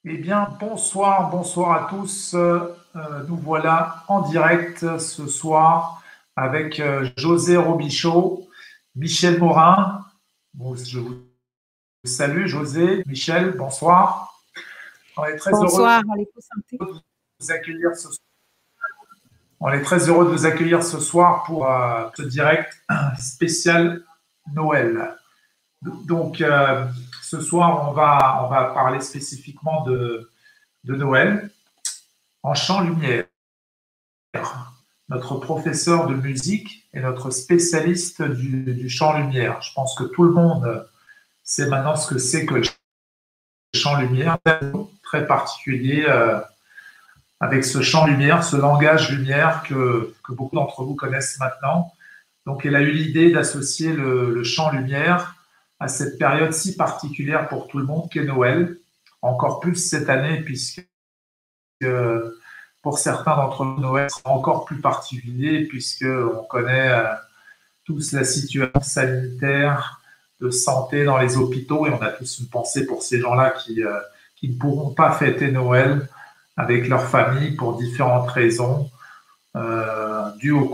Eh bien, bonsoir, bonsoir à tous. Nous voilà en direct ce soir avec José Robichaud, Michel Morin. Bon, je vous salue, José, Michel, bonsoir. On est très heureux Bonsoir, à l'éco-santé. de vous accueillir ce soir. On est très heureux de vous accueillir ce soir pour ce direct spécial Noël. Donc, ce soir, on va parler spécifiquement de Noël en chant lumière. Notre professeur de musique est notre spécialiste du chant lumière. Je pense que tout le monde sait maintenant ce que c'est que le chant lumière, très particulier avec ce chant lumière, ce langage lumière que beaucoup d'entre vous connaissent maintenant. Donc, elle a eu l'idée d'associer le chant lumière à cette période si particulière pour tout le monde qu'est Noël, encore plus cette année, puisque pour certains d'entre nous, Noël sera encore plus particulier, puisqu'on connaît tous la situation sanitaire, de santé dans les hôpitaux, et on a tous une pensée pour ces gens-là qui ne pourront pas fêter Noël avec leur famille pour différentes raisons dues au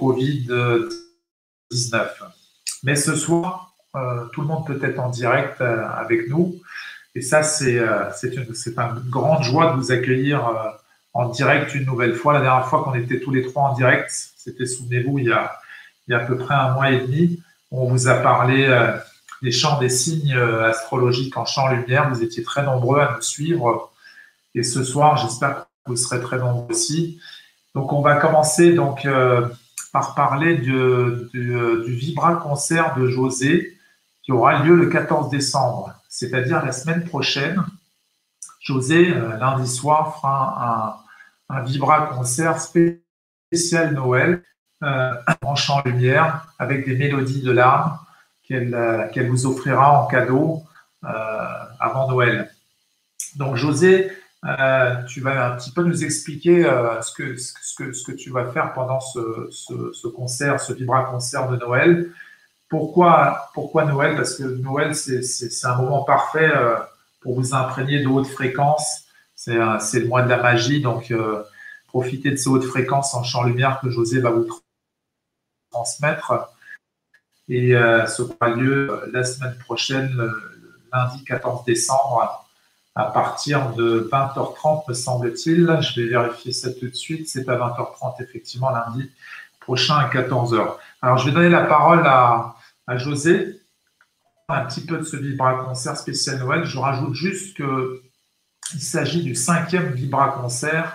Covid-19. Mais ce soir, tout le monde peut être en direct avec nous. Et ça, c'est une grande joie de vous accueillir en direct une nouvelle fois. La dernière fois qu'on était tous les trois en direct, c'était, souvenez-vous, il y a à peu près un mois et demi. On vous a parlé des chants des signes astrologiques en chant lumière. Vous étiez très nombreux à nous suivre. Et ce soir, j'espère que vous serez très nombreux aussi. Donc, on va commencer par parler du Vibra concert de José qui aura lieu le 14 décembre, c'est-à-dire la semaine prochaine. José, lundi soir, fera un Vibra concert spécial Noël en chant lumière avec des mélodies de larmes qu'elle vous offrira en cadeau avant Noël. Donc José, tu vas un petit peu nous expliquer ce que tu vas faire pendant ce concert, ce Vibra concert de Noël. Pourquoi Noël? Parce que Noël, c'est un moment parfait pour vous imprégner de hautes fréquences. C'est le mois de la magie, donc profitez de ces hautes fréquences en champ lumière que José va vous transmettre. Et ce aura lieu la semaine prochaine, lundi 14 décembre, à partir de 20h30, me semble-t-il. Je vais vérifier ça tout de suite. C'est à 20h30, effectivement, lundi prochain à 14h. Alors, je vais donner la parole à José, un petit peu de ce Vibra concert spécial Noël. Je rajoute juste qu'il s'agit du 5e Vibra concert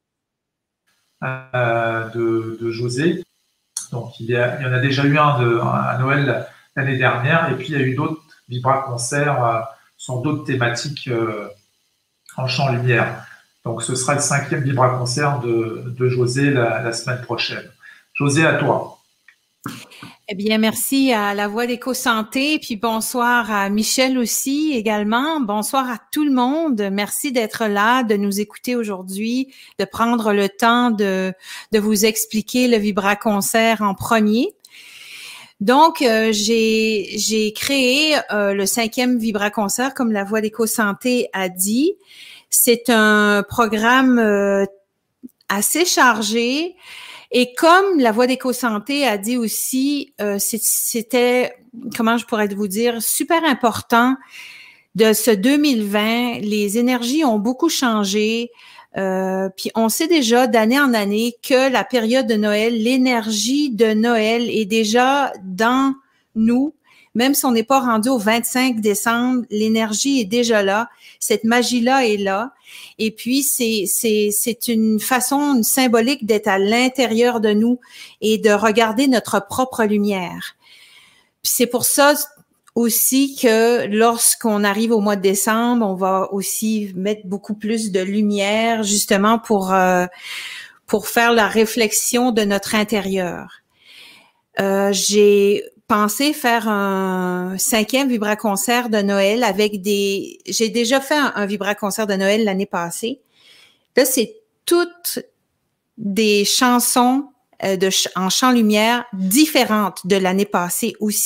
de José. Donc, il y en a déjà eu un à Noël l'année dernière, et puis il y a eu d'autres Vibra concerts sur d'autres thématiques en chant lumière. Donc, ce sera le 5e Vibra concert de José la semaine prochaine. José, à toi. Eh bien, merci à la Voix d'éco-santé, puis bonsoir à Michel aussi également. Bonsoir à tout le monde. Merci d'être là, de nous écouter aujourd'hui, de prendre le temps de vous expliquer le Vibra concert en premier. Donc, j'ai créé le 5e Vibra concert, comme la Voix d'éco-santé a dit. C'est un programme assez chargé. Et comme la Voix d'éco-santé a dit aussi, c'était, comment je pourrais vous dire, super important de ce 2020. Les énergies ont beaucoup changé. Puis on sait déjà d'année en année que la période de Noël, l'énergie de Noël est déjà dans nous. Même si on n'est pas rendu au 25 décembre, l'énergie est déjà là. Cette magie-là est là. Et puis, c'est une façon, une symbolique d'être à l'intérieur de nous et de regarder notre propre lumière. Puis c'est pour ça aussi que lorsqu'on arrive au mois de décembre, on va aussi mettre beaucoup plus de lumière justement pour faire la réflexion de notre intérieur. J'ai pensé faire un 5e vibra-concert de Noël avec j'ai déjà fait un vibra-concert de Noël l'année passée. Là, c'est toutes des chansons en chant lumière différentes de l'année passée aussi.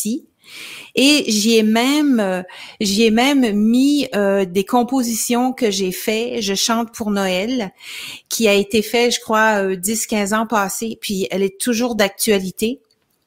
Et j'y ai même mis des compositions que j'ai fait. Je chante pour Noël, qui a été fait, je crois, 10-15 ans passés, puis elle est toujours d'actualité.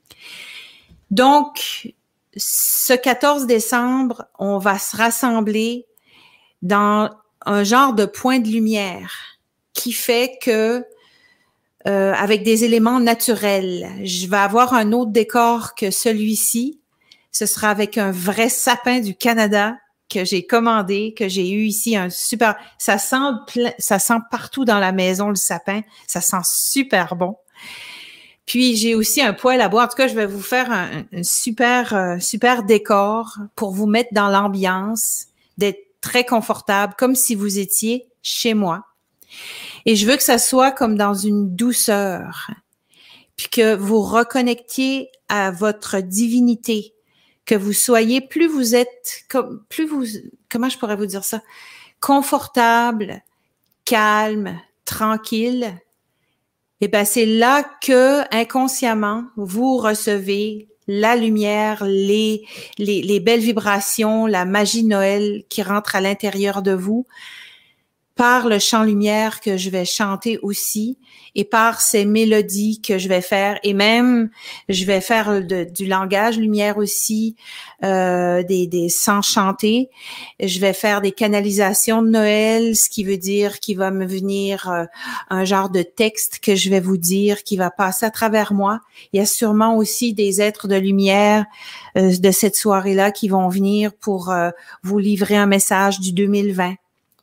Donc, ce 14 décembre, on va se rassembler dans un genre de point de lumière qui fait que avec des éléments naturels. Je vais avoir un autre décor que celui-ci. Ce sera avec un vrai sapin du Canada que j'ai commandé, que j'ai eu ici, un super... Ça sent partout dans la maison, le sapin. Ça sent super bon. Puis, j'ai aussi un poêle à bois. En tout cas, je vais vous faire un super décor pour vous mettre dans l'ambiance, d'être très confortable, comme si vous étiez chez moi. Et je veux que ça soit comme dans une douceur, puis que vous reconnectiez à votre divinité, que vous soyez, plus vous êtes, comment je pourrais vous dire ça, confortable, calme, tranquille, et ben c'est là que inconsciemment vous recevez la lumière, les belles vibrations, la magie de Noël qui rentre à l'intérieur de vous, par le chant lumière que je vais chanter aussi et par ces mélodies que je vais faire, et même je vais faire du langage lumière aussi, des sons chantés. Je vais faire des canalisations de Noël, ce qui veut dire qu'il va me venir un genre de texte que je vais vous dire qui va passer à travers moi. Il y a sûrement aussi des êtres de lumière de cette soirée-là qui vont venir pour vous livrer un message du 2020.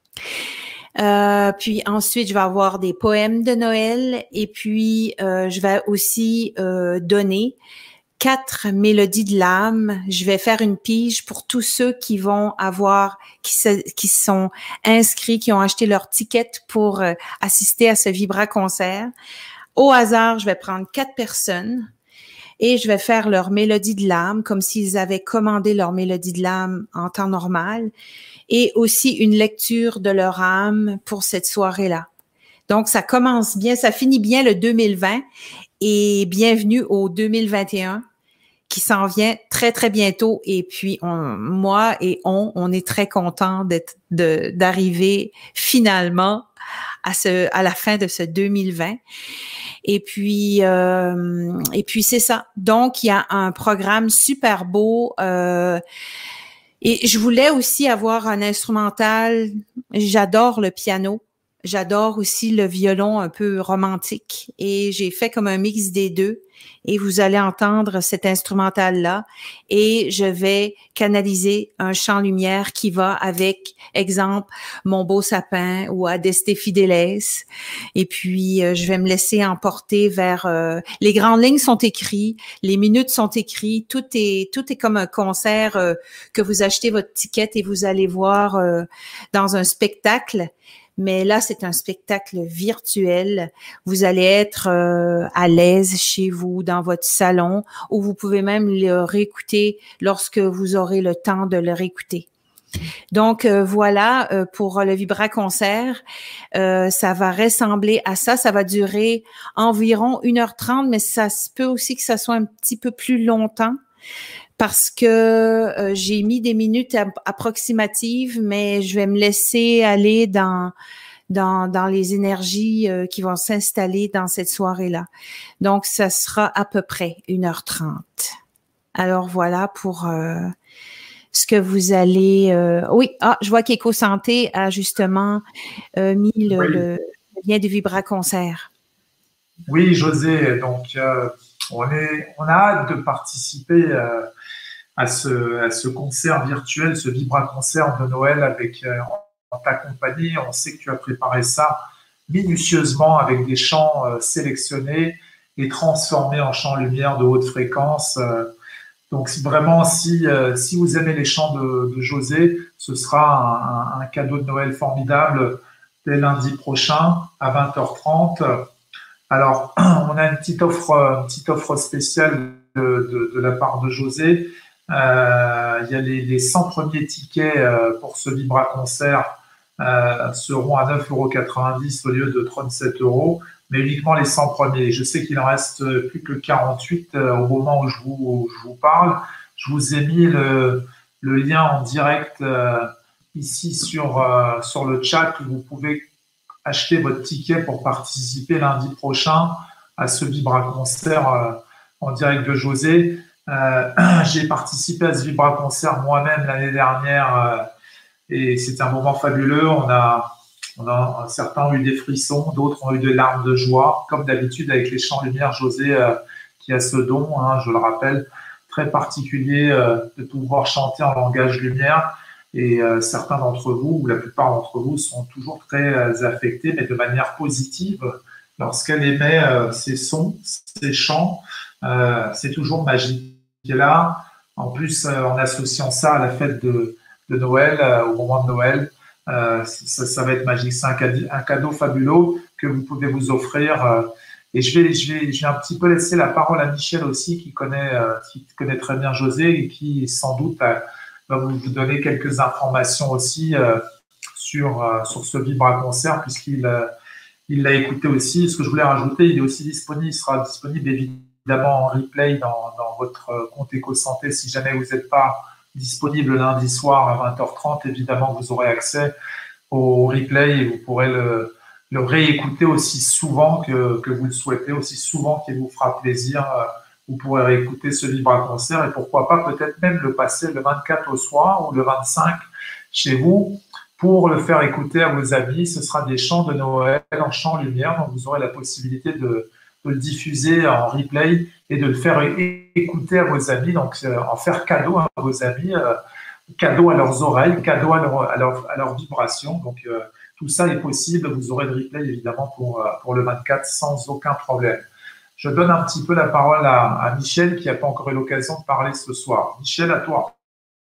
Puis ensuite, je vais avoir des poèmes de Noël et puis je vais aussi donner 4 mélodies de l'âme. Je vais faire une pige pour tous ceux qui vont avoir, qui sont inscrits, qui ont acheté leur ticket pour assister à ce Vibra concert. Au hasard, je vais prendre 4 personnes et je vais faire leur mélodie de l'âme comme s'ils avaient commandé leur mélodie de l'âme en temps normal, et aussi une lecture de leur âme pour cette soirée-là. Donc, ça commence bien, ça finit bien le 2020 et bienvenue au 2021 qui s'en vient très, très bientôt. Et puis, moi et on est très contents d'arriver finalement à la fin de ce 2020. Et puis c'est ça. Donc, il y a un programme super beau. Et je voulais aussi avoir un instrumental. J'adore le piano. J'adore aussi le violon un peu romantique. Et j'ai fait comme un mix des deux. Et vous allez entendre cet instrumental-là. Et je vais canaliser un chant lumière qui va avec, exemple, Mon beau sapin ou Adeste Fideles. Et puis, je vais me laisser emporter vers... les grandes lignes sont écrites, les minutes sont écrites. Tout est comme un concert que vous achetez votre ticket et vous allez voir dans un spectacle. Mais là, c'est un spectacle virtuel. Vous allez être à l'aise chez vous, dans votre salon, ou vous pouvez même le réécouter lorsque vous aurez le temps de le réécouter. Donc, voilà pour le Vibra Concert. Ça va ressembler à ça. Ça va durer environ 1h30, mais ça se peut aussi que ça soit un petit peu plus longtemps, parce que j'ai mis des minutes approximatives, mais je vais me laisser aller dans les énergies qui vont s'installer dans cette soirée-là. Donc, ça sera à peu près 1h30. Alors, voilà pour ce que vous allez... Oui, je vois qu'Éco-Santé a justement mis le lien du Vibra Concert. Oui, José, donc on a hâte de participer à ce concert virtuel, ce Vibra concert de Noël avec en ta compagnie. On sait que tu as préparé ça minutieusement avec des chants sélectionnés et transformés en chants lumière de haute fréquence. Donc vraiment, si vous aimez les chants de José, ce sera un cadeau de Noël formidable dès lundi prochain à 20h30. Alors, on a une petite offre spéciale de la part de José. Il y a les 100 premiers tickets pour ce Vibra concert seront à 9,90 € au lieu de 37 €, mais uniquement les 100 premiers. Je sais qu'il en reste plus que 48 au moment où je vous parle. Je vous ai mis le lien en direct ici sur le chat où vous pouvez acheter votre ticket pour participer lundi prochain à ce Vibra Concert en direct de José. J'ai participé à ce Vibra Concert moi-même l'année dernière et c'était un moment fabuleux. Certains ont eu des frissons, d'autres ont eu des larmes de joie, comme d'habitude avec les chants lumière. José qui a ce don, je le rappelle, très particulier de pouvoir chanter en langage lumière. Et certains d'entre vous, ou la plupart d'entre vous, sont toujours très affectés, mais de manière positive. Lorsqu'elle émet ses sons, ses chants, c'est toujours magique. Et là, en plus, en associant ça à la fête de Noël, au moment de Noël, ça va être magique. C'est un cadeau fabuleux que vous pouvez vous offrir. Et je vais un petit peu laisser la parole à Michel aussi, qui connaît très bien José et qui sans doute va vous donner quelques informations aussi sur ce Vibra Concert, puisqu'il l'a écouté aussi. Ce que je voulais rajouter, il sera disponible évidemment en replay dans votre compte EcoSanté. Si jamais vous n'êtes pas disponible lundi soir à 20h30, évidemment vous aurez accès au replay et vous pourrez le réécouter aussi souvent que vous le souhaitez, aussi souvent qu'il vous fera plaisir. Vous pourrez réécouter ce Vibra Concert et pourquoi pas peut-être même le passer le 24 au soir ou le 25 chez vous pour le faire écouter à vos amis. Ce sera des chants de Noël en chants lumière, donc vous aurez la possibilité de le diffuser en replay et de le faire écouter à vos amis, donc en faire cadeau à vos amis, cadeau à leurs oreilles, cadeau à leurs vibrations. Donc tout ça est possible. Vous aurez le replay évidemment pour le 24 sans aucun problème. Je donne un petit peu la parole à Michel qui n'a pas encore eu l'occasion de parler ce soir. Michel, à toi.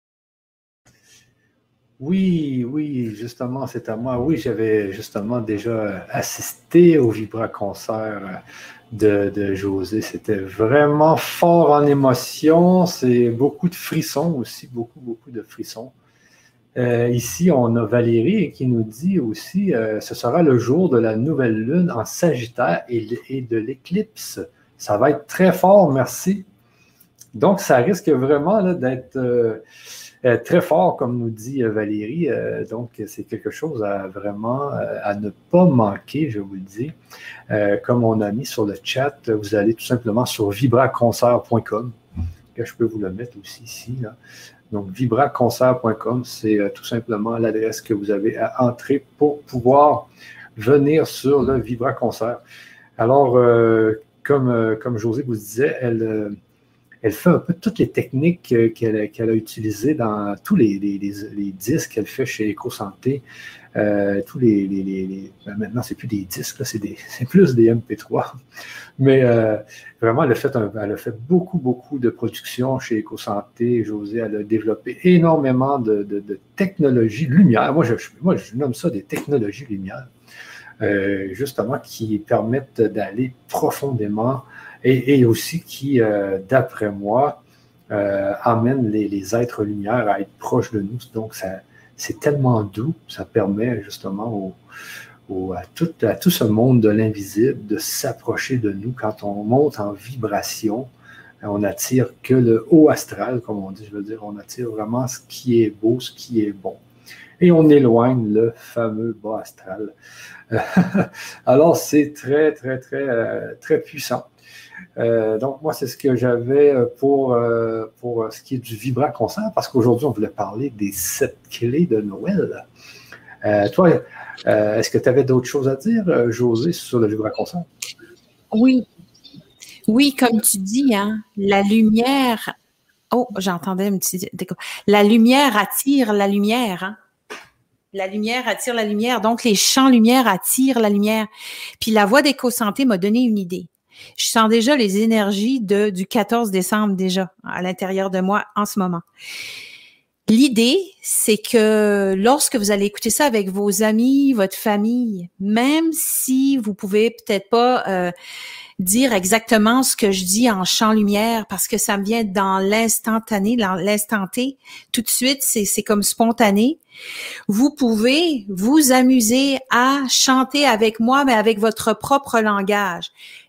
Oui, justement, c'est à moi. Oui, j'avais justement déjà assisté au Vibra Concert de José. C'était vraiment fort en émotion. C'est beaucoup de frissons aussi, beaucoup de frissons. Ici, on a Valérie qui nous dit aussi ce sera le jour de la nouvelle lune en Sagittaire et de l'éclipse. Ça va être très fort, merci. Donc, ça risque vraiment là, d'être très fort, comme nous dit Valérie. Donc, c'est quelque chose à vraiment à ne pas manquer, je vous le dis. Comme on a mis sur le chat, vous allez tout simplement sur vibraconcert.com, que je peux vous le mettre aussi ici, là. Donc, vibraconcert.com, c'est tout simplement l'adresse que vous avez à entrer pour pouvoir venir sur le Vibra Concert. Alors, comme José vous disait, elle fait un peu toutes les techniques qu'elle a utilisées dans tous les disques qu'elle fait chez EcoSanté. Maintenant, c'est plus des disques, là, c'est plus des MP3. Mais vraiment, elle a fait beaucoup de productions chez EcoSanté. José, elle a développé énormément de technologies lumière. Moi, je nomme ça des technologies lumière, justement, qui permettent d'aller profondément et aussi qui, d'après moi, amènent les êtres lumière à être proches de nous. Donc, c'est tellement doux, ça permet justement à tout ce monde de l'invisible de s'approcher de nous. Quand on monte en vibration, on n'attire que le haut astral, comme on dit, je veux dire, on attire vraiment ce qui est beau, ce qui est bon. Et on éloigne le fameux bas astral. Alors, c'est très puissant. Donc, moi, c'est ce que j'avais pour ce qui est du Vibra Concert, parce qu'aujourd'hui, on voulait parler des 7 clés de Noël. Toi, est-ce que tu avais d'autres choses à dire, José, sur le Vibra Concert? Oui, comme tu dis, hein, la lumière... Oh, j'entendais un petit... La lumière attire la lumière, hein? La lumière attire la lumière, donc les champs lumière attirent la lumière. Puis la voix d'EcoSanté m'a donné une idée. Je sens déjà les énergies du 14 décembre déjà à l'intérieur de moi en ce moment. L'idée, c'est que lorsque vous allez écouter ça avec vos amis, votre famille, même si vous pouvez peut-être pas dire exactement ce que je dis en champ lumière parce que ça me vient dans l'instantané, dans l'instant T, tout de suite, c'est comme spontané. Vous pouvez vous amuser à chanter avec moi, mais avec votre propre langage.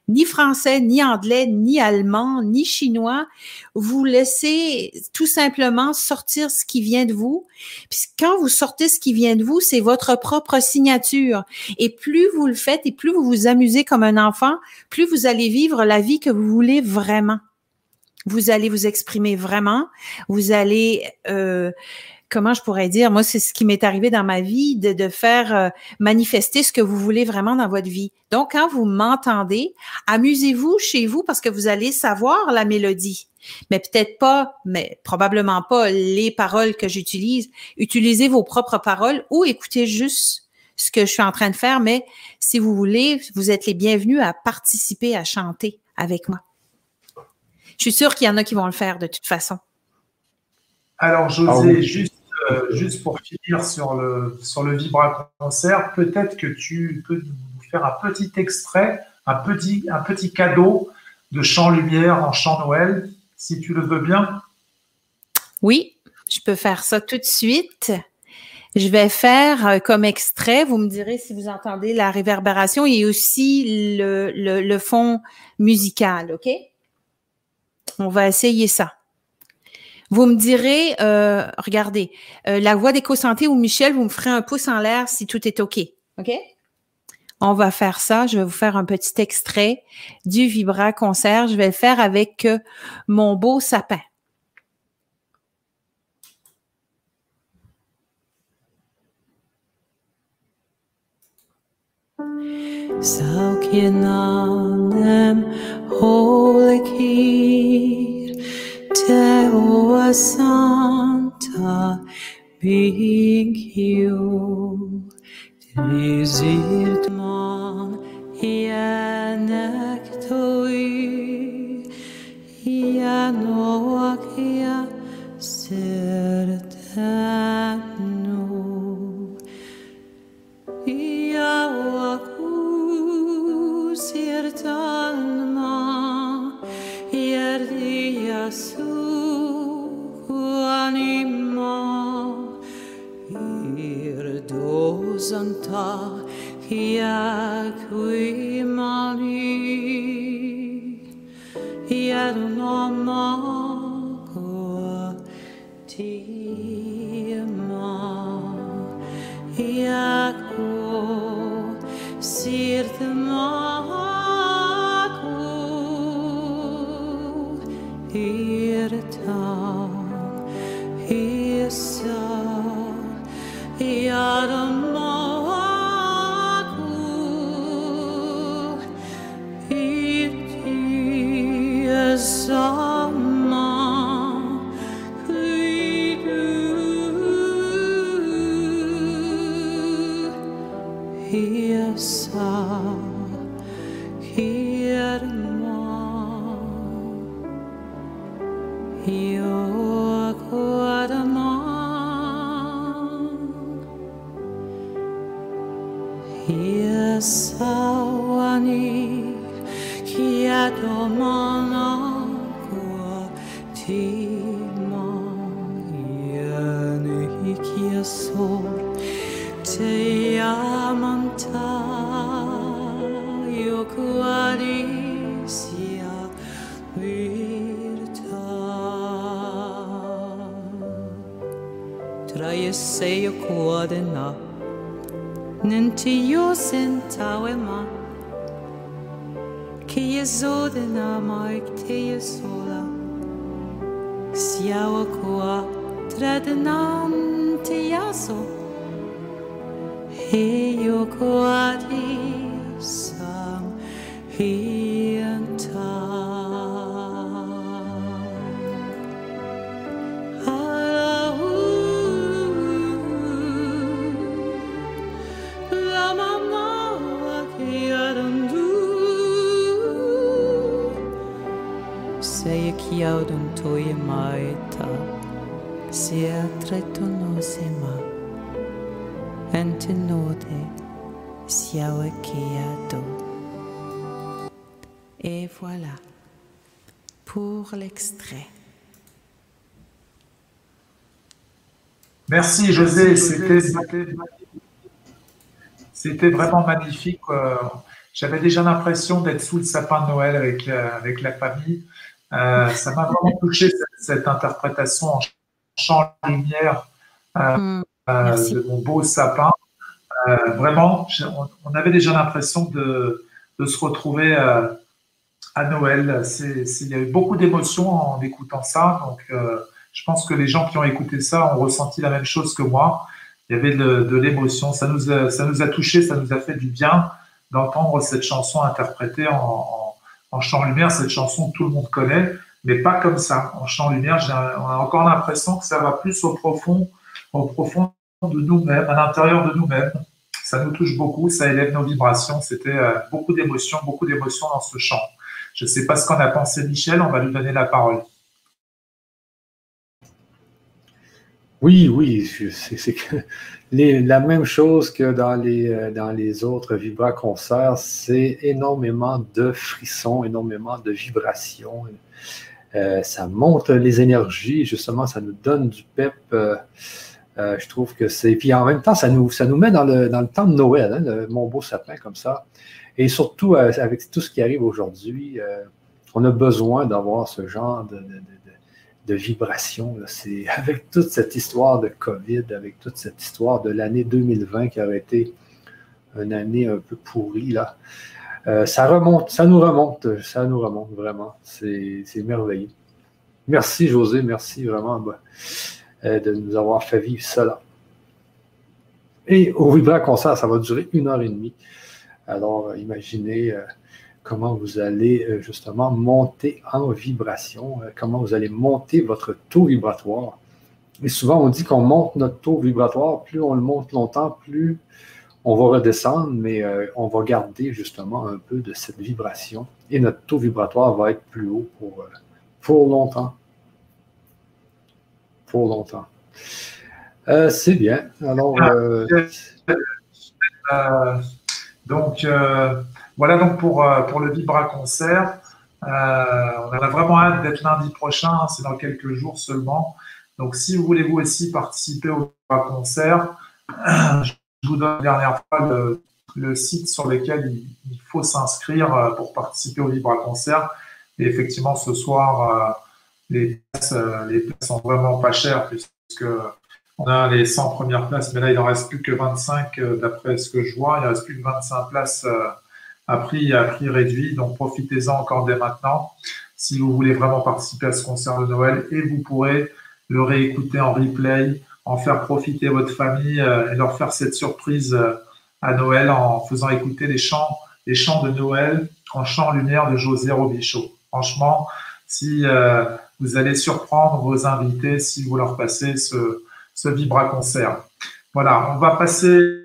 ni français, ni anglais, ni allemand, ni chinois. Vous laissez tout simplement sortir ce qui vient de vous. Puis quand vous sortez ce qui vient de vous, c'est votre propre signature. Et plus vous le faites et plus vous vous amusez comme un enfant, plus vous allez vivre la vie que vous voulez vraiment. Vous allez vous exprimer vraiment. Vous allez... comment je pourrais dire, moi, c'est ce qui m'est arrivé dans ma vie, de faire manifester ce que vous voulez vraiment dans votre vie. Donc, quand vous m'entendez, amusez-vous chez vous parce que vous allez savoir la mélodie. Mais peut-être pas, mais probablement pas les paroles que j'utilise. Utilisez vos propres paroles ou écoutez juste ce que je suis en train de faire. Mais si vous voulez, vous êtes les bienvenus à participer, à chanter avec moi. Je suis sûre qu'il y en a qui vont le faire de toute façon. Alors, José, juste pour finir sur le Vibra Concert, peut-être que tu peux nous faire un petit extrait, un petit cadeau de Chant Lumière en Chant Noël, si tu le veux bien. Oui, je peux faire ça tout de suite. Je vais faire comme extrait, vous me direz si vous entendez la réverbération et aussi le fond musical, OK? On va essayer ça. Vous me direz, regardez, la voix d'Éco-Santé ou Michel, vous me ferez un pouce en l'air si tout est OK. OK? On va faire ça. Je vais vous faire un petit extrait du Vibra Concert. Je vais le faire avec mon beau sapin. Saukiananem holikir Teoa Santa Bigio Drizit man Ianektoi Ianoakia Sertano Iawaku Sertanma Yerdiasu Anima irdosanta Iaquimani Yadunamagoa Tima Iaco Sirtamaku Irta Isa Yadamaku Iti Asama Kridu Isa Kirma Sawani Kiadomana Tima Yanikiasor Teyamanta Yokuarisia Virta Trayeseyo Kuadena Nintiyo sentawema Kiyezodena maikteyesola Siawakua tradenantiyaso Heyokuadi sam hienta Kiaudun toye maeta sia tretonosema entenode siawe kiado. Et voilà pour l'extrait. Merci José, c'était vraiment magnifique. J'avais déjà l'impression d'être sous le sapin de Noël avec la famille. Ça m'a vraiment touché cette interprétation en chant lumière de mon beau sapin. Vraiment, on avait déjà l'impression de se retrouver à Noël. Il y a eu beaucoup d'émotions en écoutant ça. Donc, je pense que les gens qui ont écouté ça ont ressenti la même chose que moi. Il y avait de l'émotion. Ça nous a touchés, ça nous a fait du bien d'entendre cette chanson interprétée en chant lumière. Cette chanson que tout le monde connaît, mais pas comme ça. En chant lumière, on a encore l'impression que ça va plus au profond de nous-mêmes, à l'intérieur de nous-mêmes. Ça nous touche beaucoup, ça élève nos vibrations. C'était beaucoup d'émotions dans ce chant. Je ne sais pas ce qu'en a pensé Michel, on va lui donner la parole. Oui, c'est la même chose que dans les autres vibra-concerts, c'est énormément de frissons, énormément de vibrations. Ça monte les énergies, justement, ça nous donne du pep. Je trouve que c'est... Puis en même temps, ça nous met dans le temps de Noël, hein, mon beau sapin comme ça. Et surtout, avec tout ce qui arrive aujourd'hui, on a besoin d'avoir ce genre de vibration. C'est avec toute cette histoire de COVID, avec toute cette histoire de l'année 2020 qui aurait été une année un peu pourrie, là. Ça nous remonte vraiment. C'est merveilleux. Merci José, merci vraiment de nous avoir fait vivre cela. Et au vibra-concert, ça va durer 1h30. Alors, imaginez comment vous allez justement monter en vibration, comment vous allez monter votre taux vibratoire. Et souvent, on dit qu'on monte notre taux vibratoire, plus on le monte longtemps, plus on va redescendre, mais on va garder justement un peu de cette vibration et notre taux vibratoire va être plus haut pour longtemps. Pour longtemps. C'est bien. Alors, donc, voilà donc pour le Vibra-concert. On a vraiment hâte d'être lundi prochain, hein, c'est dans quelques jours seulement. Donc, si vous voulez vous aussi participer au Vibra-concert, je vous donne la dernière fois le site sur lequel il faut s'inscrire pour participer au Vibra-concert. Et effectivement, ce soir, les places sont vraiment pas chères puisque on a les 100 premières places, mais là, il n'en reste plus que 25 d'après ce que je vois. Il ne reste plus que 25 places à prix réduit, donc profitez-en encore dès maintenant si vous voulez vraiment participer à ce concert de Noël et vous pourrez le réécouter en replay, en faire profiter votre famille et leur faire cette surprise à Noël en faisant écouter les chants de Noël en chant lumière de José Robichaud. Franchement, si vous allez surprendre vos invités si vous leur passez ce Vibra-concert. Voilà, on va passer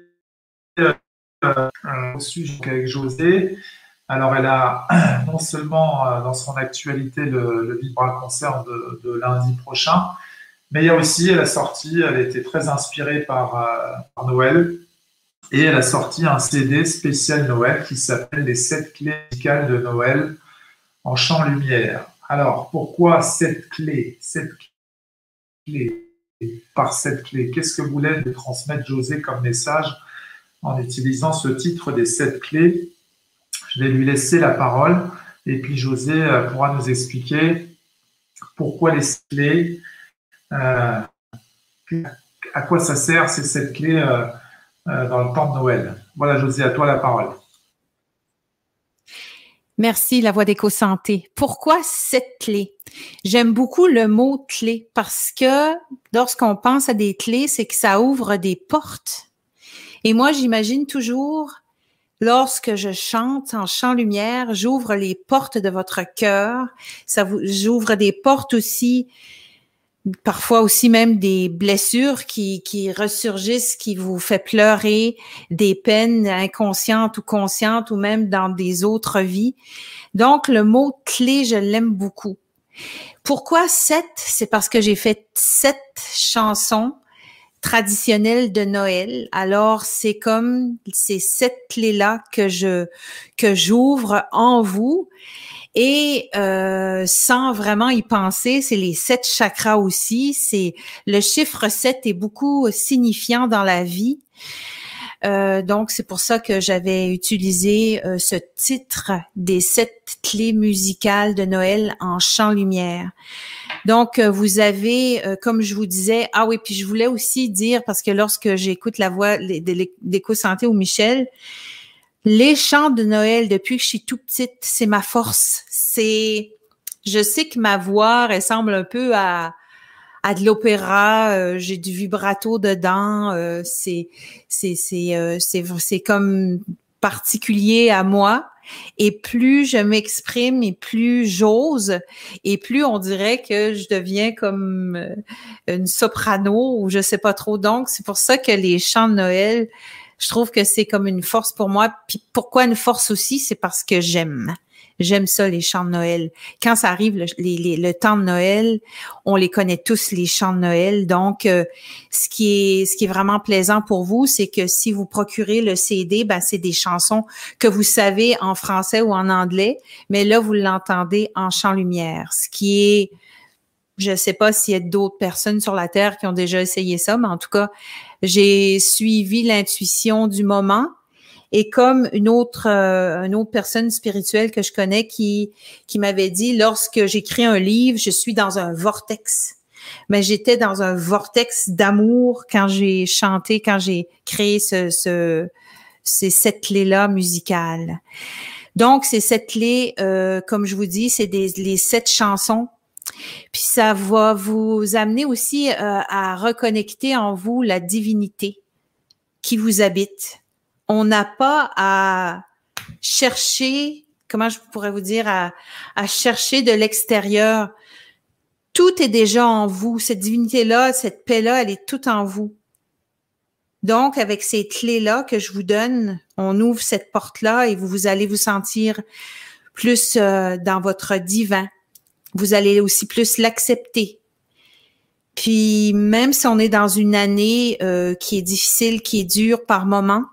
au sujet avec José. Alors, elle a non seulement dans son actualité le Vibra-concert de lundi prochain, mais il y a aussi, elle a été très inspirée par Noël, et elle a sorti un CD spécial Noël qui s'appelle Les 7 clés musicales de Noël en chant lumière. Alors, pourquoi 7 clés? 7 clés. Par cette clé, qu'est-ce que voulait nous transmettre José comme message en utilisant ce titre des 7 clés? Je vais lui laisser la parole et puis José pourra nous expliquer pourquoi les 7 clés, à quoi ça sert ces 7 clés dans le temps de Noël. Voilà José, à toi la parole. Merci, la voix d'éco-santé. Pourquoi cette clé? J'aime beaucoup le mot clé parce que lorsqu'on pense à des clés, c'est que ça ouvre des portes. Et moi, j'imagine toujours, lorsque je chante en chant lumière, j'ouvre les portes de votre cœur. J'ouvre des portes aussi, parfois aussi même des blessures qui ressurgissent, qui vous fait pleurer, des peines inconscientes ou conscientes ou même dans des autres vies. Donc, le mot clé, je l'aime beaucoup. Pourquoi 7? C'est parce que j'ai fait 7 chansons traditionnelles de Noël. Alors, c'est comme ces 7 clés-là que j'ouvre en vous. Et sans vraiment y penser, c'est les 7 chakras aussi. C'est le chiffre 7 est beaucoup signifiant dans la vie. Donc, c'est pour ça que j'avais utilisé ce titre des 7 clés musicales de Noël en chant-lumière. Donc, vous avez, comme je vous disais, ah oui, puis je voulais aussi dire, parce que lorsque j'écoute la voix de l'Éco-Santé ou Michel, les chants de Noël, depuis que je suis tout petite, c'est ma force. Je sais que ma voix ressemble un peu à de l'opéra, j'ai du vibrato dedans, c'est comme particulier à moi. Et plus je m'exprime et plus j'ose, et plus on dirait que je deviens comme une soprano ou je sais pas trop. Donc, c'est pour ça que les chants de Noël, je trouve que c'est comme une force pour moi. Puis pourquoi une force aussi? C'est parce que j'aime. J'aime ça, les chants de Noël. Quand ça arrive, le temps de Noël, on les connaît tous, les chants de Noël. Donc, ce qui est vraiment plaisant pour vous, c'est que si vous procurez le CD, ben c'est des chansons que vous savez en français ou en anglais, mais là, vous l'entendez en chant-lumière. Ce qui est, je sais pas s'il y a d'autres personnes sur la Terre qui ont déjà essayé ça, mais en tout cas, j'ai suivi l'intuition du moment. Et comme une autre personne spirituelle que je connais qui m'avait dit, lorsque j'écris un livre, je suis dans un vortex. Mais j'étais dans un vortex d'amour quand j'ai chanté, quand j'ai créé ces 7 clés-là musicales. Donc, ces 7 clés, comme je vous dis, c'est les 7 chansons. Puis ça va vous amener aussi à reconnecter en vous la divinité qui vous habite. On n'a pas à chercher, comment je pourrais vous dire, à chercher de l'extérieur. Tout est déjà en vous. Cette divinité-là, cette paix-là, elle est toute en vous. Donc, avec ces clés-là que je vous donne, on ouvre cette porte-là et vous allez vous sentir plus dans votre divin. Vous allez aussi plus l'accepter. Puis, même si on est dans une année qui est difficile, qui est dure par moments,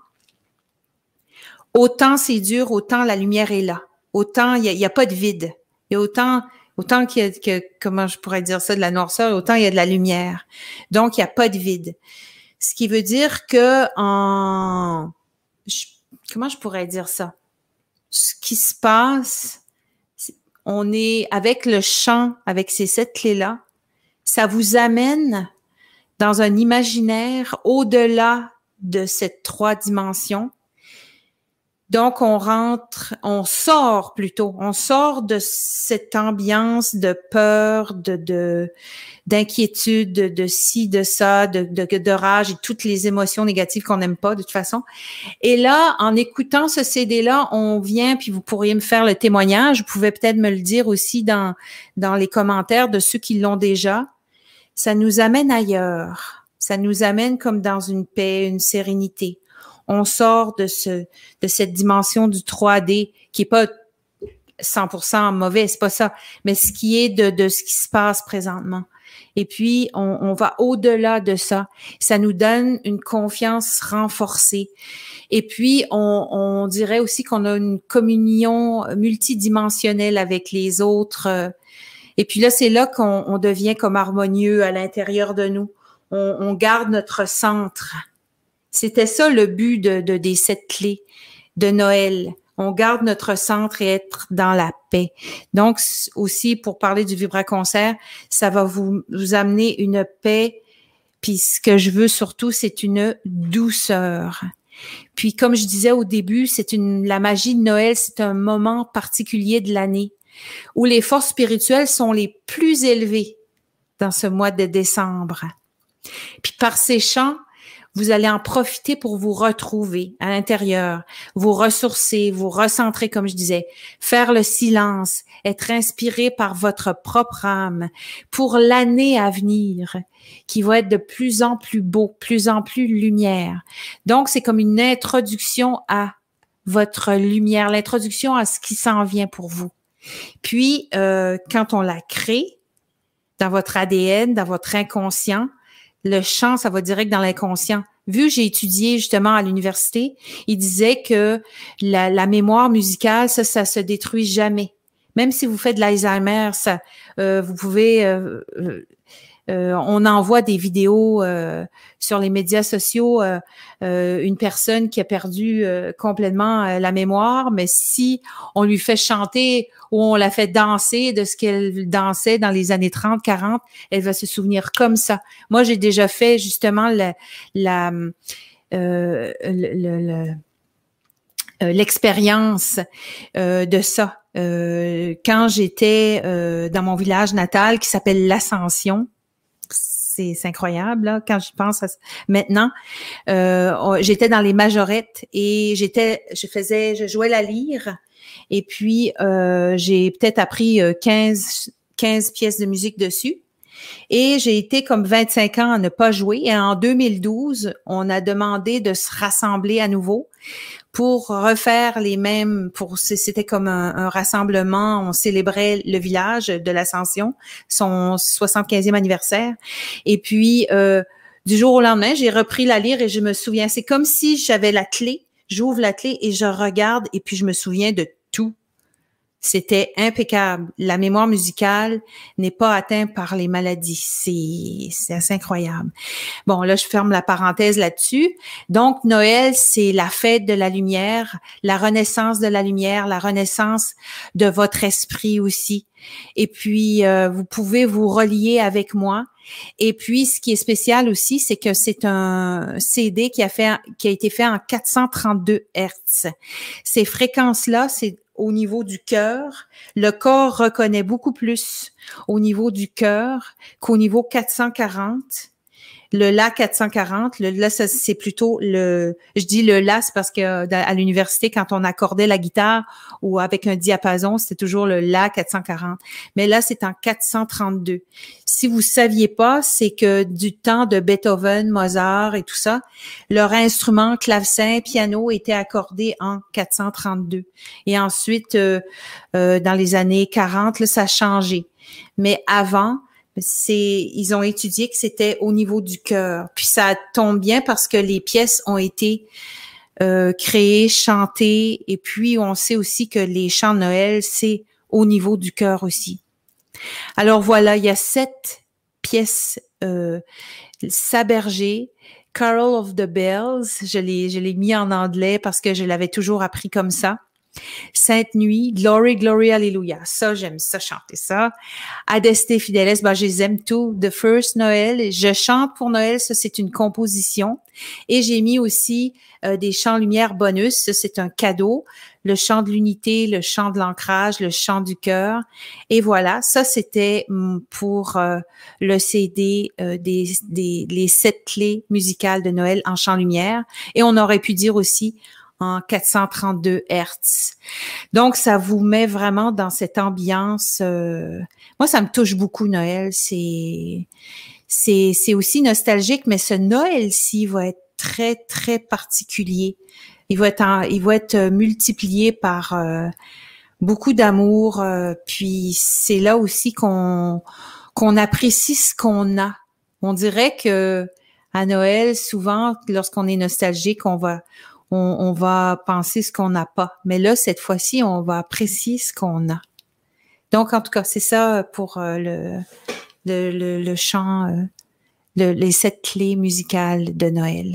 autant c'est dur, autant la lumière est là. Autant il y a pas de vide. Il y a autant qu'il y a, comment je pourrais dire ça, de la noirceur, autant il y a de la lumière. Donc, il n'y a pas de vide. Ce qui veut dire que comment je pourrais dire ça? Ce qui se passe, on est avec le chant, avec ces 7 clés-là, ça vous amène dans un imaginaire au-delà de ces 3 dimensions. Donc, on sort de cette ambiance de peur, d'inquiétude, de ci, de ça, de rage et toutes les émotions négatives qu'on n'aime pas de toute façon. Et là, en écoutant ce CD-là, on vient, puis vous pourriez me faire le témoignage, vous pouvez peut-être me le dire aussi dans les commentaires de ceux qui l'ont déjà. Ça nous amène ailleurs. Ça nous amène comme dans une paix, une sérénité. On sort de cette dimension du 3D qui est pas 100% mauvais, c'est pas ça, mais ce qui est de ce qui se passe présentement. Et puis, on va au-delà de ça. Ça nous donne une confiance renforcée. Et puis, on dirait aussi qu'on a une communion multidimensionnelle avec les autres. Et puis là, c'est là qu'on devient comme harmonieux à l'intérieur de nous. On garde notre centre. C'était ça le but des 7 clés de Noël. On garde notre centre et être dans la paix. Donc, aussi, pour parler du VibraConcert, ça va vous amener une paix. Puis, ce que je veux surtout, c'est une douceur. Puis, comme je disais au début, la magie de Noël, c'est un moment particulier de l'année où les forces spirituelles sont les plus élevées dans ce mois de décembre. Puis, par ces chants, vous allez en profiter pour vous retrouver à l'intérieur, vous ressourcer, vous recentrer, comme je disais, faire le silence, être inspiré par votre propre âme pour l'année à venir, qui va être de plus en plus beau, plus en plus lumière. Donc, c'est comme une introduction à votre lumière, l'introduction à ce qui s'en vient pour vous. Puis, quand on la crée dans votre ADN, dans votre inconscient, le chant, ça va direct dans l'inconscient. Vu que j'ai étudié justement à l'université, il disait que la mémoire musicale, ça se détruit jamais. Même si vous faites de l'Alzheimer, vous pouvez On envoie des vidéos sur les médias sociaux, une personne qui a perdu complètement la mémoire, mais si on lui fait chanter ou on la fait danser de ce qu'elle dansait dans les années 30, 40, elle va se souvenir comme ça. Moi, j'ai déjà fait justement l'expérience de ça. Quand j'étais dans mon village natal qui s'appelle l'Ascension, c'est incroyable là, quand j'y pense maintenant. J'étais dans les majorettes et je jouais la lyre et puis j'ai peut-être appris 15 pièces de musique dessus. Et j'ai été comme 25 ans à ne pas jouer. Et en 2012, on a demandé de se rassembler à nouveau pour refaire les mêmes, c'était comme un rassemblement, on célébrait le village de l'Ascension, son 75e anniversaire. Et puis, du jour au lendemain, j'ai repris la lyre et je me souviens, c'est comme si j'avais la clé, j'ouvre la clé et je regarde et puis je me souviens de tout. C'était impeccable. La mémoire musicale n'est pas atteinte par les maladies. C'est assez incroyable. Bon, là, je ferme la parenthèse là-dessus. Donc, Noël, c'est la fête de la lumière, la renaissance de la lumière, la renaissance de votre esprit aussi. Et puis, vous pouvez vous relier avec moi. Et puis, ce qui est spécial aussi, c'est que c'est un CD qui a été fait en 432 Hertz. Ces fréquences-là, c'est au niveau du cœur. Le corps reconnaît beaucoup plus au niveau du cœur qu'au niveau 440. Le La 440, le La, c'est plutôt je dis le La, c'est parce que à l'université, quand on accordait la guitare ou avec un diapason, c'était toujours le La 440. Mais là, c'est en 432. Si vous saviez pas, c'est que du temps de Beethoven, Mozart et tout ça, leur instrument, clavecin, piano, était accordé en 432. Et ensuite, dans les années 40, là, ça a changé. Mais avant, ils ont étudié que c'était au niveau du cœur. Puis ça tombe bien parce que les pièces ont été créées, chantées, et puis on sait aussi que les chants de Noël, c'est au niveau du cœur aussi. Alors voilà, il y a 7 pièces Sabergé, Carol of the Bells, je l'ai mis en anglais parce que je l'avais toujours appris comme ça. Sainte Nuit, Glory, Glory, Alléluia. Ça, j'aime ça, chanter ça. Adeste Fideles, je les aime tous. The First Noël, je chante pour Noël, ça, c'est une composition. Et j'ai mis aussi des chants lumière bonus, ça, c'est un cadeau. Le chant de l'unité, le chant de l'ancrage, le chant du cœur. Et voilà, ça, c'était pour le CD les 7 clés musicales de Noël en chant lumière. Et on aurait pu dire aussi en 432 Hertz. Donc, ça vous met vraiment dans cette ambiance. Moi, ça me touche beaucoup, Noël. C'est aussi nostalgique, mais ce Noël-ci va être très, très particulier. Il va être multiplié par beaucoup d'amour. Puis, c'est là aussi qu'on apprécie ce qu'on a. On dirait que à Noël, souvent, lorsqu'on est nostalgique, on va penser ce qu'on n'a pas. Mais là, cette fois-ci, on va apprécier ce qu'on a. Donc, en tout cas, c'est ça pour le chant, les 7 clés musicales de Noël.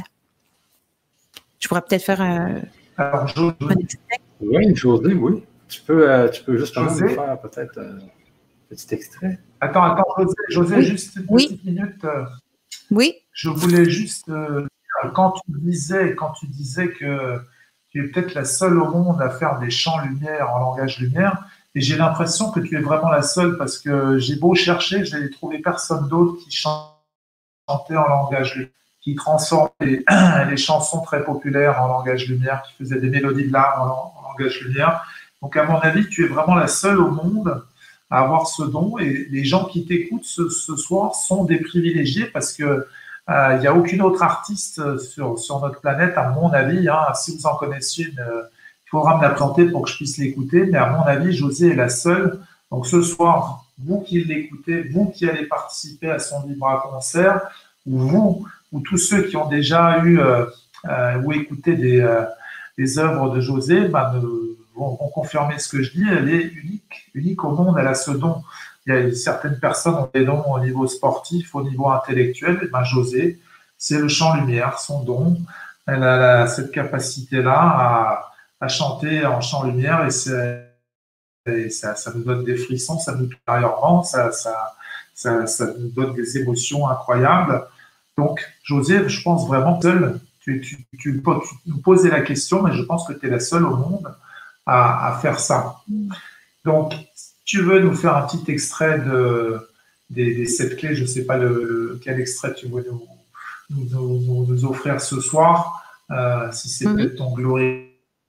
Je pourrais peut-être faire un extrait. Oui, José, oui. Tu peux justement nous faire peut-être un petit extrait. Attends, José, oui. Juste une petite minute. Oui. Je voulais juste... Quand tu disais que tu es peut-être la seule au monde à faire des chants lumière en langage lumière, et j'ai l'impression que tu es vraiment la seule parce que j'ai beau chercher, je n'ai trouvé personne d'autre qui chantait en langage lumière, qui transformait les chansons très populaires en langage lumière, qui faisait des mélodies de larmes en langage lumière. Donc à mon avis, tu es vraiment la seule au monde à avoir ce don, et les gens qui t'écoutent ce soir sont des privilégiés parce que il n'y a aucune autre artiste sur notre planète, à mon avis. Si vous en connaissez une, il faudra me la présenter pour que je puisse l'écouter. Mais à mon avis, José est la seule. Donc ce soir, vous qui l'écoutez, vous qui allez participer à son Vibra concert, ou tous ceux qui ont déjà eu ou écouté des œuvres de José, vont confirmer ce que je dis. Elle est unique au monde. Elle a ce don. Il y a certaines personnes ont des dons au niveau sportif, au niveau intellectuel. Et ben José, c'est le chant lumière, son don. Elle a cette capacité-là à chanter en chant lumière et ça nous donne des frissons, ça nous touche intérieurement, ça nous donne des émotions incroyables. Donc, José, je pense vraiment seule, tu nous posais la question, mais je pense que tu es la seule au monde à faire ça. Donc, si tu veux nous faire un petit extrait des 7 clés, je ne sais pas quel extrait tu veux nous offrir ce soir, si c'est peut-être ton gloire.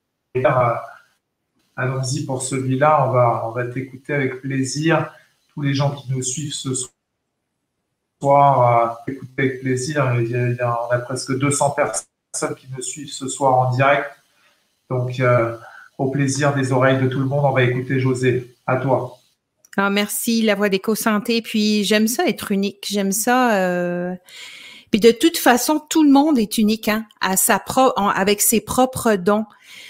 Allons-y pour celui-là, on va t'écouter avec plaisir. Tous les gens qui nous suivent ce soir, écouter avec plaisir. On a presque 200 personnes qui nous suivent ce soir en direct. Donc, au plaisir des oreilles de tout le monde, on va écouter José. À toi. Ah, merci, la voix d'Éco-Santé. Puis, j'aime ça être unique. J'aime ça. Puis, de toute façon, tout le monde est unique, hein, avec ses propres dons.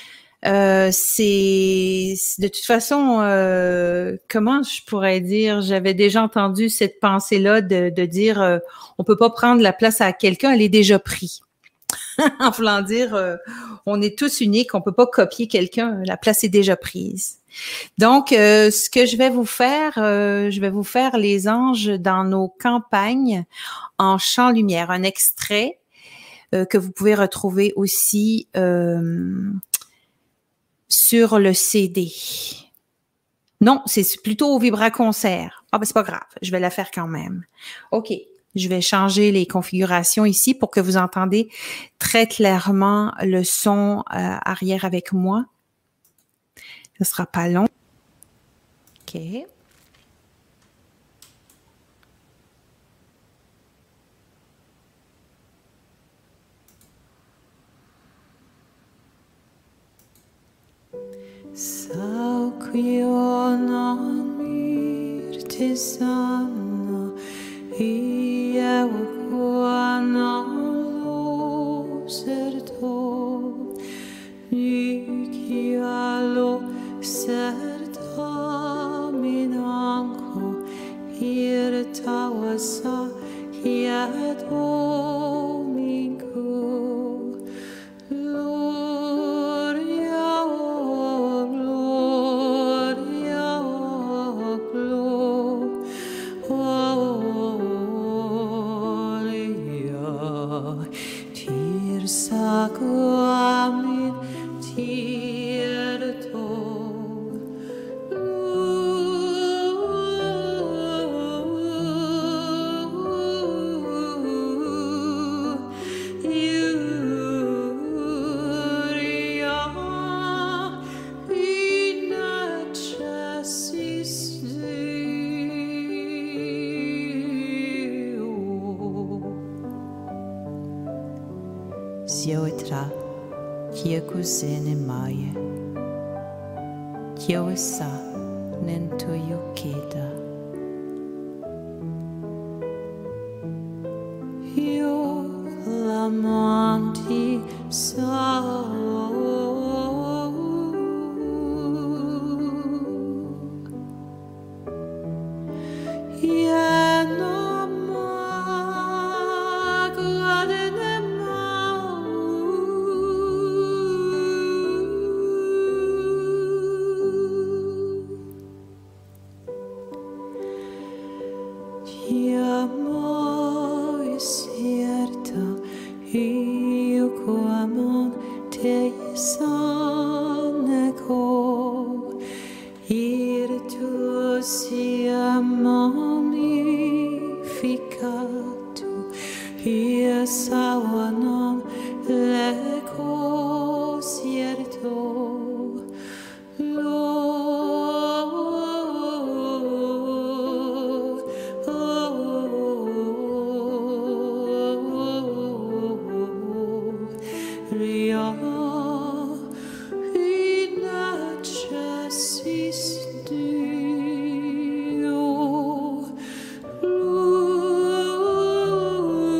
C'est de toute façon, comment je pourrais dire, j'avais déjà entendu cette pensée-là de dire on peut pas prendre la place à quelqu'un, elle est déjà prise. En voulant dire on est tous uniques, on peut pas copier quelqu'un, la place est déjà prise. Donc ce que je vais vous faire les anges dans nos campagnes en chant lumière, un extrait que vous pouvez retrouver aussi sur le CD. Non, c'est plutôt au Vibraconcert. Ah, ben c'est pas grave, je vais la faire quand même. OK, je vais changer les configurations ici pour que vous entendez très clairement le son arrière avec moi. Ce sera pas long. OK. Saukiona mirtisana iaukuana luserto nikialo serta minanko irtawasa hiadomingo Sakuamin tierto Yuria Sioitra Kiekusene Maye Kiosa Nentuyukeda Yo Lamanti Sao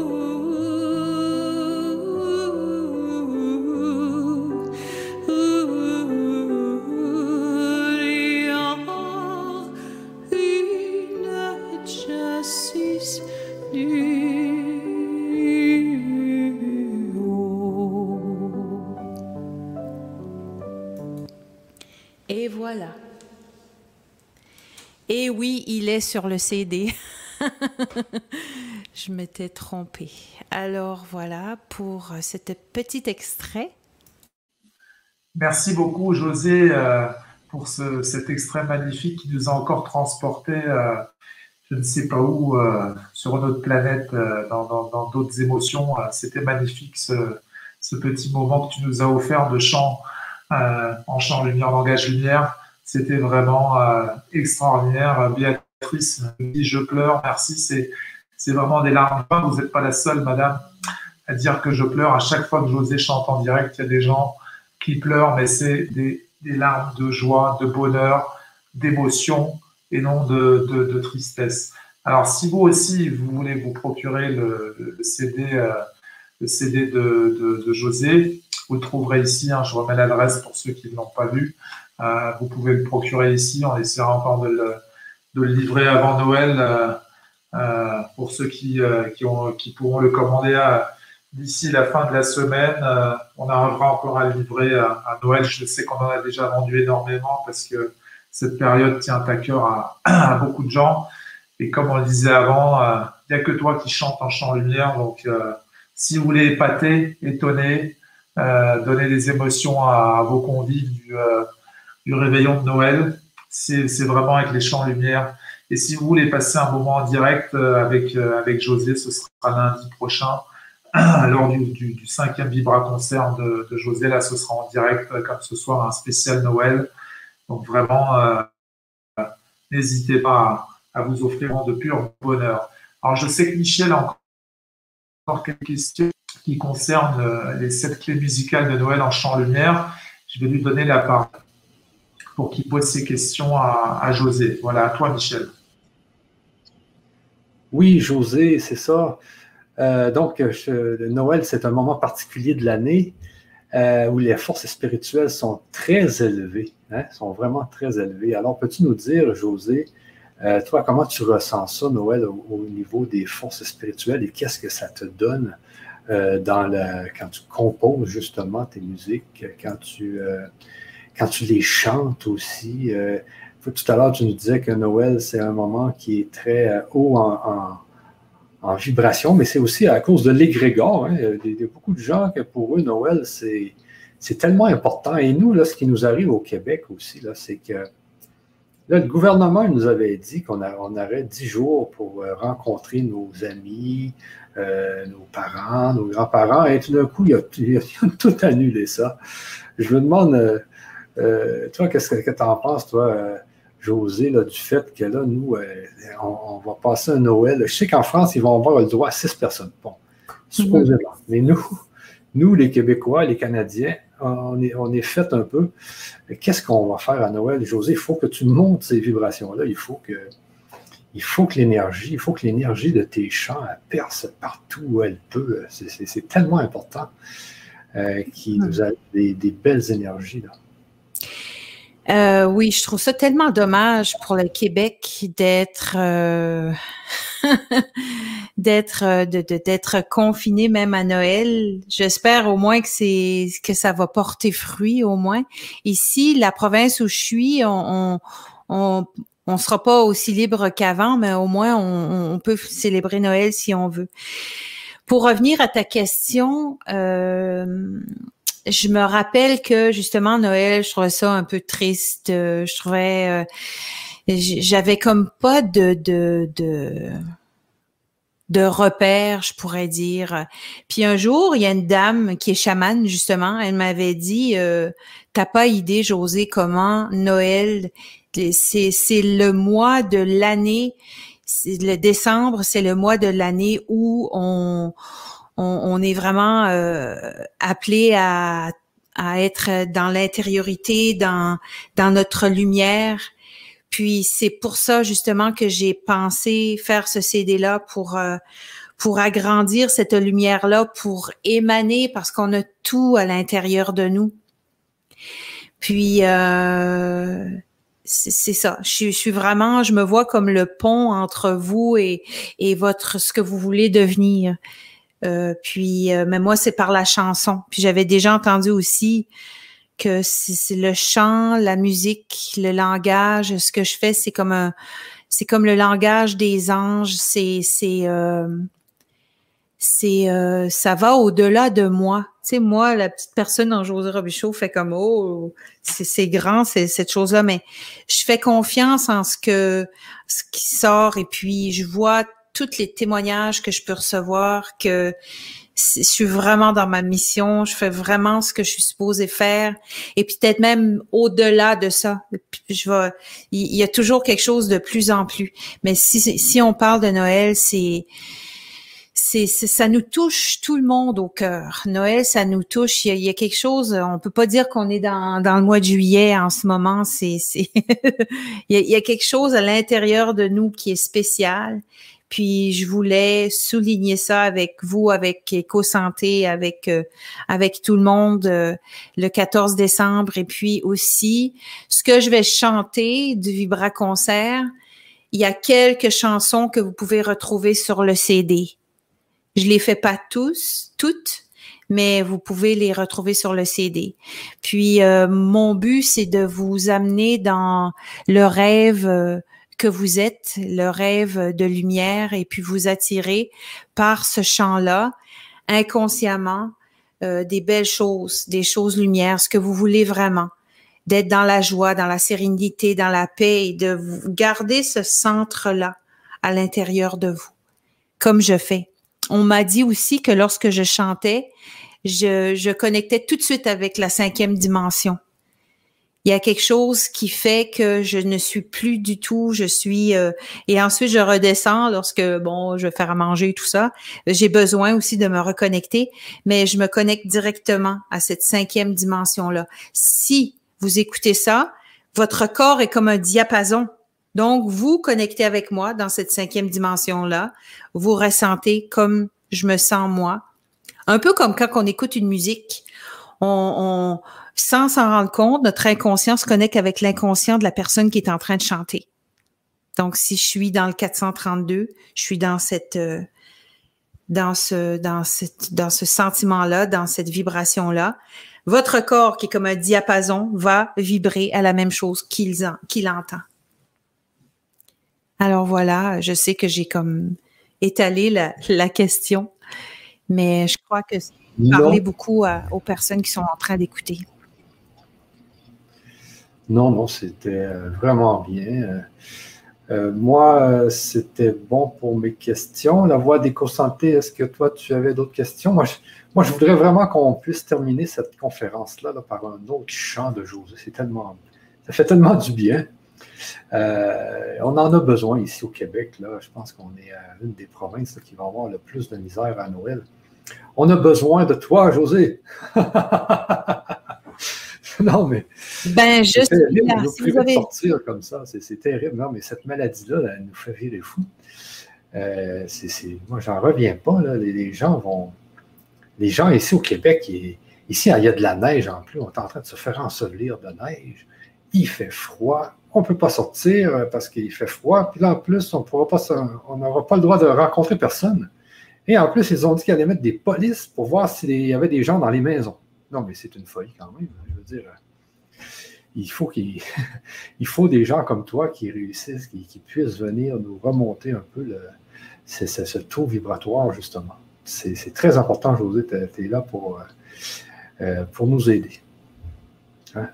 Ooh. voilà. Et oui, il est sur le CD. Je m'étais trompée. Alors voilà pour cet petit extrait. Merci beaucoup, José, pour cet extrait magnifique qui nous a encore transporté, je ne sais pas où, sur notre planète, dans d'autres émotions. C'était magnifique, ce petit moment que tu nous as offert de chant, en chant lumière, langage lumière. C'était vraiment extraordinaire. Béatrice me dit je pleure, merci. C'est vraiment des larmes. Vous n'êtes pas la seule, madame, à dire que je pleure. À chaque fois que José chante en direct, il y a des gens qui pleurent, mais c'est des larmes de joie, de bonheur, d'émotion et non de tristesse. Alors, si vous aussi, vous voulez vous procurer le CD, le CD de José, vous le trouverez ici. Hein, je remets l'adresse pour ceux qui ne l'ont pas vu. Vous pouvez le procurer ici. On essaiera encore de le livrer avant Noël pour ceux qui pourront le commander d'ici la fin de la semaine. On arrivera encore à le livrer à Noël. Je sais qu'on en a déjà vendu énormément parce que cette période tient à cœur à beaucoup de gens. Et comme on le disait avant, il n'y a que toi qui chantes en chant lumière. Donc, si vous voulez épater, étonner, donner des émotions à vos convives du réveillon de Noël, c'est vraiment avec les chants lumière. Et si vous voulez passer un moment en direct avec José, ce sera lundi prochain, lors du 5e Vibra concert de José. Là, ce sera en direct, comme ce soir, un spécial Noël. Donc vraiment, n'hésitez pas à vous offrir de pur bonheur. Alors, je sais que Michel a encore quelques questions qui concernent les 7 clés musicales de Noël en chant lumière. Je vais lui donner la parole pour qu'il pose ses questions à José. Voilà, à toi, Michel. Oui, José, c'est ça. Donc, Noël, c'est un moment particulier de l'année où les forces spirituelles sont très élevées, hein, sont vraiment très élevées. Alors, peux-tu nous dire, José, toi, comment tu ressens ça, Noël, au niveau des forces spirituelles et qu'est-ce que ça te donne quand tu composes justement tes musiques, quand tu les chantes aussi? Tout à l'heure, tu nous disais que Noël, c'est un moment qui est très haut en vibration, mais c'est aussi à cause de l'égrégore. Hein. Il y a beaucoup de gens que pour eux, Noël, c'est tellement important. Et nous, là, ce qui nous arrive au Québec aussi, là, c'est que là, le gouvernement il nous avait dit qu'on aurait 10 jours pour rencontrer nos amis, nos parents, nos grands-parents, et tout d'un coup, il a tout annulé ça. Je me demande, toi, qu'est-ce que tu en penses, toi, José, là, du fait que là, nous, on va passer un Noël. Je sais qu'en France, ils vont avoir le droit à 6 personnes. Bon, supposément. Mais nous, les Québécois, les Canadiens, on est fait un peu. Qu'est-ce qu'on va faire à Noël, José? Il faut que tu montes ces vibrations-là. Il faut que l'énergie de tes chants perce partout où elle peut. C'est tellement important qu'il nous a des belles énergies, là. Oui, je trouve ça tellement dommage pour le Québec d'être d'être confiné même à Noël. J'espère au moins que ça va porter fruit au moins. Ici, la province où je suis, on sera pas aussi libre qu'avant, mais au moins on peut célébrer Noël si on veut. Pour revenir à ta question, je me rappelle que justement Noël, je trouvais ça un peu triste. Je trouvais, j'avais comme pas de repères, je pourrais dire. Puis un jour, il y a une dame qui est chamane justement. Elle m'avait dit, t'as pas idée, José, comment Noël, c'est le mois de l'année. Le décembre, c'est le mois de l'année où on est vraiment appelé à être dans l'intériorité, dans notre lumière. Puis c'est pour ça justement que j'ai pensé faire ce CD-là pour agrandir cette lumière-là, pour émaner, parce qu'on a tout à l'intérieur de nous. Puis c'est ça. Je suis vraiment, je me vois comme le pont entre vous et ce que vous voulez devenir. Mais moi, c'est par la chanson. Puis j'avais déjà entendu aussi que c'est le chant, la musique, le langage. Ce que je fais, c'est comme le langage des anges. Ça va au-delà de moi. Tu sais, moi, la petite personne en José Robichaud fait comme, oh, c'est grand, c'est cette chose-là, mais je fais confiance en ce qui sort, et puis je vois tous les témoignages que je peux recevoir, que je suis vraiment dans ma mission, je fais vraiment ce que je suis supposée faire, et puis peut-être même au-delà de ça. Il y a toujours quelque chose de plus en plus. Mais si on parle de Noël, ça nous touche tout le monde au cœur. Noël, ça nous touche. Il y a quelque chose. On peut pas dire qu'on est dans le mois de juillet en ce moment. il y a quelque chose à l'intérieur de nous qui est spécial. Puis je voulais souligner ça avec vous, avec EcoSanté, avec tout le monde le 14 décembre. Et puis aussi, ce que je vais chanter du Vibra Concert, il y a quelques chansons que vous pouvez retrouver sur le CD. Je les fais pas toutes, mais vous pouvez les retrouver sur le CD. Puis mon but, c'est de vous amener dans le rêve que vous êtes, le rêve de lumière, et puis vous attirer par ce chant-là, inconsciemment, des belles choses, des choses lumière, ce que vous voulez vraiment, d'être dans la joie, dans la sérénité, dans la paix, et de vous garder ce centre-là à l'intérieur de vous, comme je fais. On m'a dit aussi que lorsque je chantais, je connectais tout de suite avec la 5e dimension. Il y a quelque chose qui fait que je ne suis plus du tout, et ensuite je redescends lorsque, je vais faire à manger et tout ça. J'ai besoin aussi de me reconnecter, mais je me connecte directement à cette 5e dimension-là. Si vous écoutez ça, votre corps est comme un diapason. Donc, vous connectez avec moi dans cette 5e dimension-là. Vous ressentez comme je me sens moi. Un peu comme quand on écoute une musique. Sans s'en rendre compte, notre inconscient se connecte avec l'inconscient de la personne qui est en train de chanter. Donc, si je suis dans le 432, je suis dans ce sentiment-là, dans cette vibration-là. Votre corps, qui est comme un diapason, va vibrer à la même chose qu'il entend. Alors voilà, je sais que j'ai comme étalé la question, mais je crois que c'est parler beaucoup aux personnes qui sont en train d'écouter. Non, c'était vraiment bien. Moi, c'était bon pour mes questions. La voix d'EcoSanté, est-ce que toi, tu avais d'autres questions? Moi, je voudrais vraiment qu'on puisse terminer cette conférence-là par un autre chant de José. Ça fait tellement du bien. On en a besoin ici au Québec. Là. Je pense qu'on est une des provinces là, qui va avoir le plus de misère à Noël. On a besoin de toi, José. Non, mais je suis là. Si vous avez sortir comme ça, c'est terrible. Non, mais cette maladie-là, elle nous fait virer fou. Moi, j'en reviens pas. Là. Les gens ici au Québec, ici, il y a de la neige en plus. On est en train de se faire ensevelir de neige. Il fait froid. On ne peut pas sortir parce qu'il fait froid. Puis là, en plus, on n'aura pas le droit de rencontrer personne. Et en plus, ils ont dit qu'ils allaient mettre des polices pour voir s'il y avait des gens dans les maisons. Non, mais c'est une folie quand même. Je veux dire, il faut des gens comme toi qui réussissent, qui puissent venir nous remonter un peu ce taux vibratoire, justement. C'est très important, José. Tu es là pour nous aider. Hein?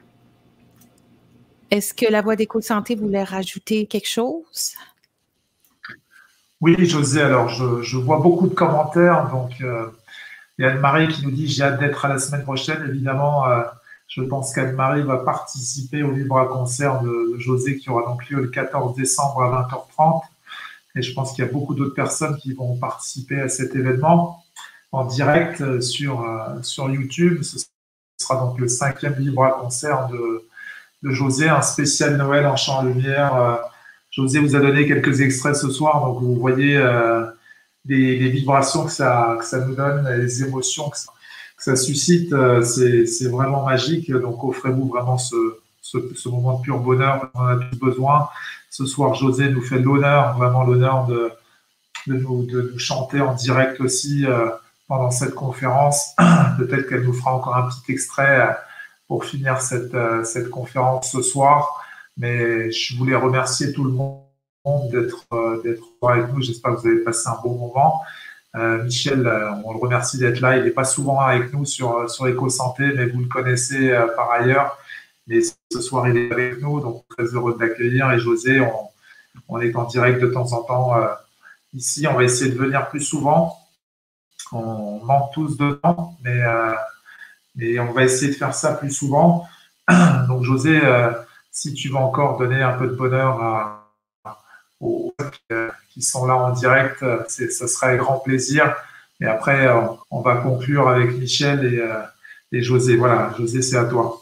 Est-ce que la voix d'EcoSanté voulait rajouter quelque chose? Oui, José, alors je vois beaucoup de commentaires. Donc, il y a Anne-Marie qui nous dit « J'ai hâte d'être à la semaine prochaine ». Évidemment, je pense qu'Anne-Marie va participer au Vibra Concert de José qui aura donc lieu le 14 décembre à 20h30. Et je pense qu'il y a beaucoup d'autres personnes qui vont participer à cet événement en direct sur YouTube. Ce sera donc le 5e Vibra Concert de José, un spécial Noël en chant lumière. José vous a donné quelques extraits ce soir, donc vous voyez les vibrations que ça nous donne, les émotions que ça suscite. C'est vraiment magique, donc offrez-vous vraiment ce moment de pur bonheur, on en a tous besoin. Ce soir, José nous fait vraiment l'honneur de nous chanter en direct aussi pendant cette conférence. Peut-être qu'elle nous fera encore un petit extrait pour finir cette conférence ce soir. Mais je voulais remercier tout le monde d'être avec nous. J'espère que vous avez passé un bon moment. Michel, on le remercie d'être là. Il n'est pas souvent avec nous sur Éco-Santé, mais vous le connaissez par ailleurs. Mais ce soir, il est avec nous, donc très heureux de l'accueillir. Et José, on est en direct de temps en temps ici. On va essayer de venir plus souvent. On manque tous de temps, mais on va essayer de faire ça plus souvent. Donc José, si tu veux encore donner un peu de bonheur aux qui sont là en direct, ce serait avec grand plaisir. Et après, on va conclure avec Michel et José. Voilà, José, c'est à toi.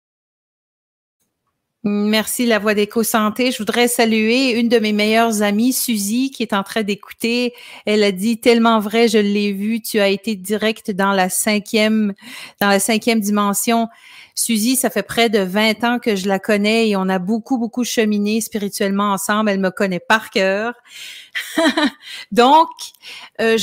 Merci, La Voix d'Éco-Santé. Je voudrais saluer une de mes meilleures amies, Suzy, qui est en train d'écouter. Elle a dit tellement vrai, je l'ai vu, tu as été direct dans la cinquième dimension. Suzy, ça fait près de 20 ans que je la connais et on a beaucoup, beaucoup cheminé spirituellement ensemble. Elle me connaît par cœur. Donc, dans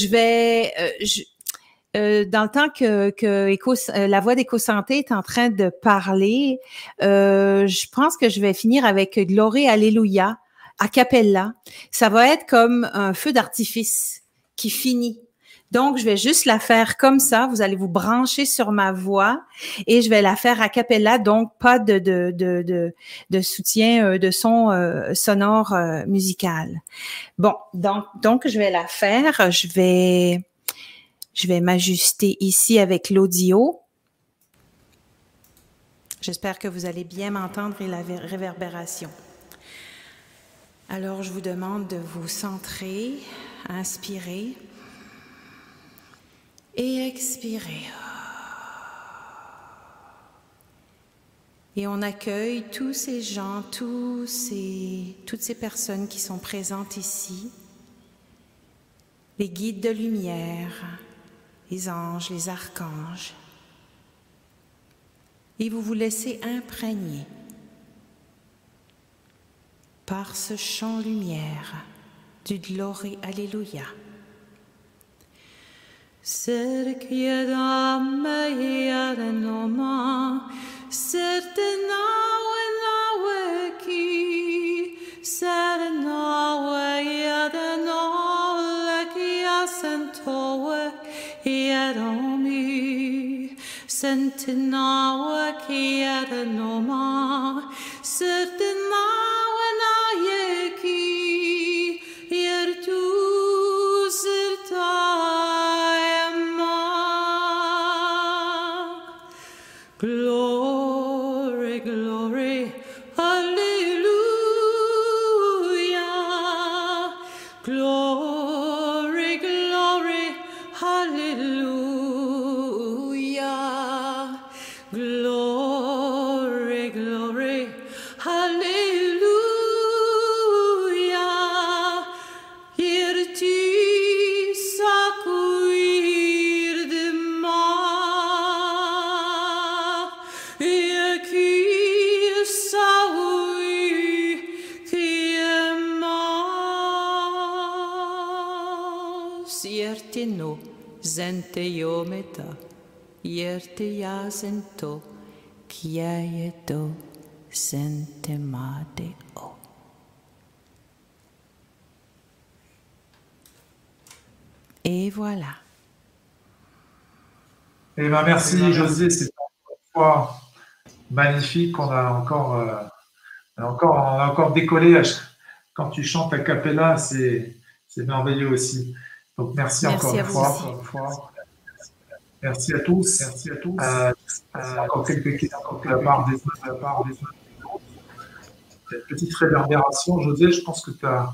le temps que La Voix d'Éco-Santé est en train de parler, je pense que je vais finir avec Glory Alléluia, a cappella. Ça va être comme un feu d'artifice qui finit. Donc, je vais juste la faire comme ça. Vous allez vous brancher sur ma voix et je vais la faire a cappella, donc pas de soutien de son sonore musical. Bon, donc je vais la faire. Je vais m'ajuster ici avec l'audio. J'espère que vous allez bien m'entendre et la réverbération. Alors, je vous demande de vous centrer, inspirer et expirer. Et on accueille tous ces gens, toutes ces personnes qui sont présentes ici, les guides de lumière, les anges, les archanges. Et vous vous laissez imprégner par ce chant lumière du Glory Alléluia. Sentinawa kiara noma, sentinawa na yeki, yertu sirtaema. Glory, glory, hallelujah. Glory, glory, hallelujah. Glory, glory, hallelujah. Irti sakuir de ma, yaki sawi kiema. Siertino zente yometa. Yerte yazento, kiayeto, sentemade o. Et voilà. Eh ben, merci José, c'était une fois magnifique. On a encore décollé. Quand tu chantes a cappella, c'est merveilleux aussi. Donc merci encore une fois. Merci à tous. Encore quelques questions de la part des autres. Une petite réverbération. José, je pense que tu as...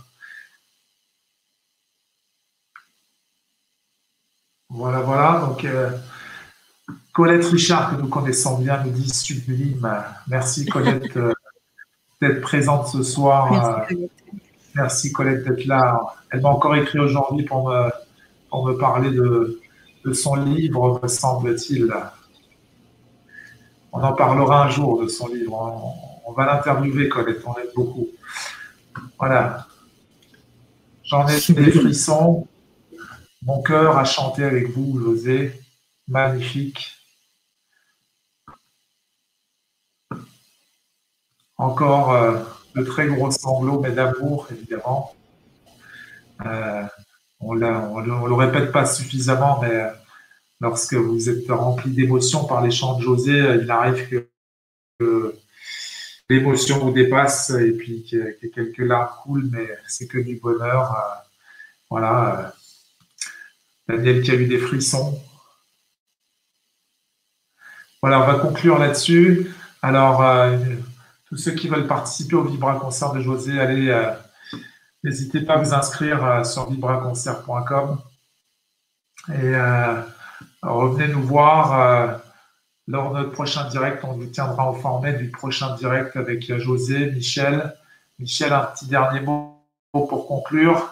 Voilà. Donc, Colette Richard, que nous connaissons bien, nous dit sublime. Merci Colette d'être présente ce soir. Merci Colette d'être là. Elle m'a encore écrit aujourd'hui pour me parler de son livre, me semble-t-il. On en parlera un jour de son livre. On va l'interviewer, Colette, on l'aime beaucoup. Voilà. J'en ai des frissons. Mon cœur a chanté avec vous, José. Magnifique. encore de très gros sanglots, mais d'amour, évidemment. On ne le répète pas suffisamment, mais lorsque vous êtes rempli d'émotions par les chants de José, il arrive que l'émotion vous dépasse et puis que quelques larmes coulent, mais c'est que du bonheur. Voilà. Daniel qui a eu des frissons. Voilà, on va conclure là-dessus. Alors, tous ceux qui veulent participer au Vibra Concert de José, allez, n'hésitez pas à vous inscrire sur vibraconcert.com et revenez nous voir lors de notre prochain direct. On vous tiendra informé du prochain direct avec José, Michel. Michel, un petit dernier mot pour conclure.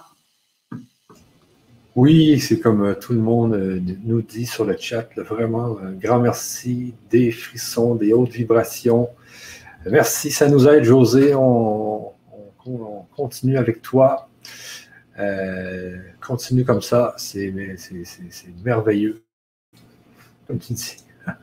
Oui, c'est comme tout le monde nous dit sur le chat, là, vraiment un grand merci, des frissons, des hautes vibrations. Merci, ça nous aide, José. On continue avec toi. Continue comme ça, c'est merveilleux. Comme tu dis.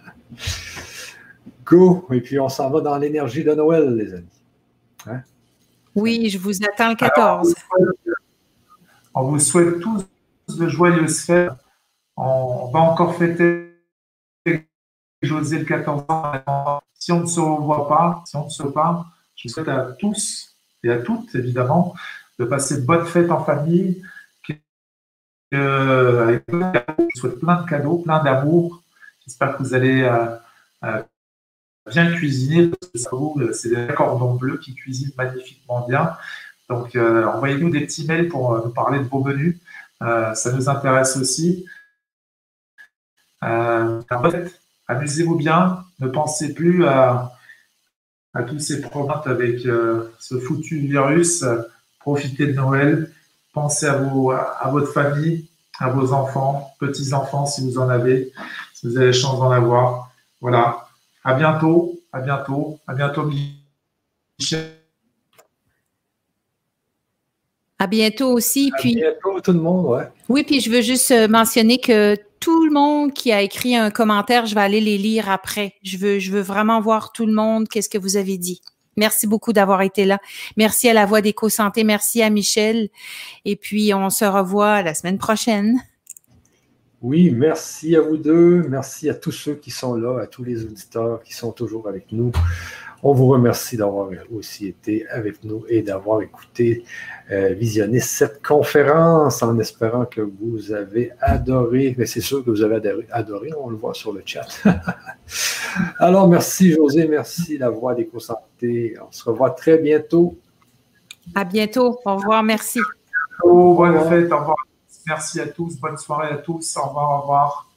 Go! Et puis on s'en va dans l'énergie de Noël, les amis. Hein? Oui, je vous attends le 14. Alors, on vous souhaite tous de joyeuses fêtes. On va encore fêter José le 14 ans. Si on ne se revoit pas, je souhaite à tous et à toutes, évidemment, de passer de bonnes fêtes en famille. Je vous souhaite plein de cadeaux, plein d'amour. J'espère que vous allez bien cuisiner, parce que c'est des cordons bleus qui cuisinent magnifiquement bien. Donc, envoyez-nous des petits mails pour nous parler de vos menus. Ça nous intéresse aussi. Amusez-vous bien. Ne pensez plus à tous ces problèmes avec ce foutu virus. Profitez de Noël. Pensez à votre famille, à vos enfants, petits-enfants si vous en avez, si vous avez la chance d'en avoir. Voilà. À bientôt. À bientôt. À bientôt, Michel. À bientôt aussi. À bientôt, tout le monde, ouais. Oui, puis je veux juste mentionner que tout le monde qui a écrit un commentaire, je vais aller les lire après. Je veux vraiment voir tout le monde, qu'est-ce que vous avez dit. Merci beaucoup d'avoir été là. Merci à la Voix d'Éco-Santé. Merci à Michel. Et puis, on se revoit la semaine prochaine. Oui, merci à vous deux. Merci à tous ceux qui sont là, à tous les auditeurs qui sont toujours avec nous. On vous remercie d'avoir aussi été avec nous et d'avoir écouté, visionné cette conférence en espérant que vous avez adoré. Mais c'est sûr que vous avez adoré, on le voit sur le chat. Alors, merci José, merci La Voix d'Éco-Santé. On se revoit très bientôt. À bientôt. Au revoir, merci. Bonne fête, au revoir. Merci à tous, bonne soirée à tous. Au revoir, au revoir.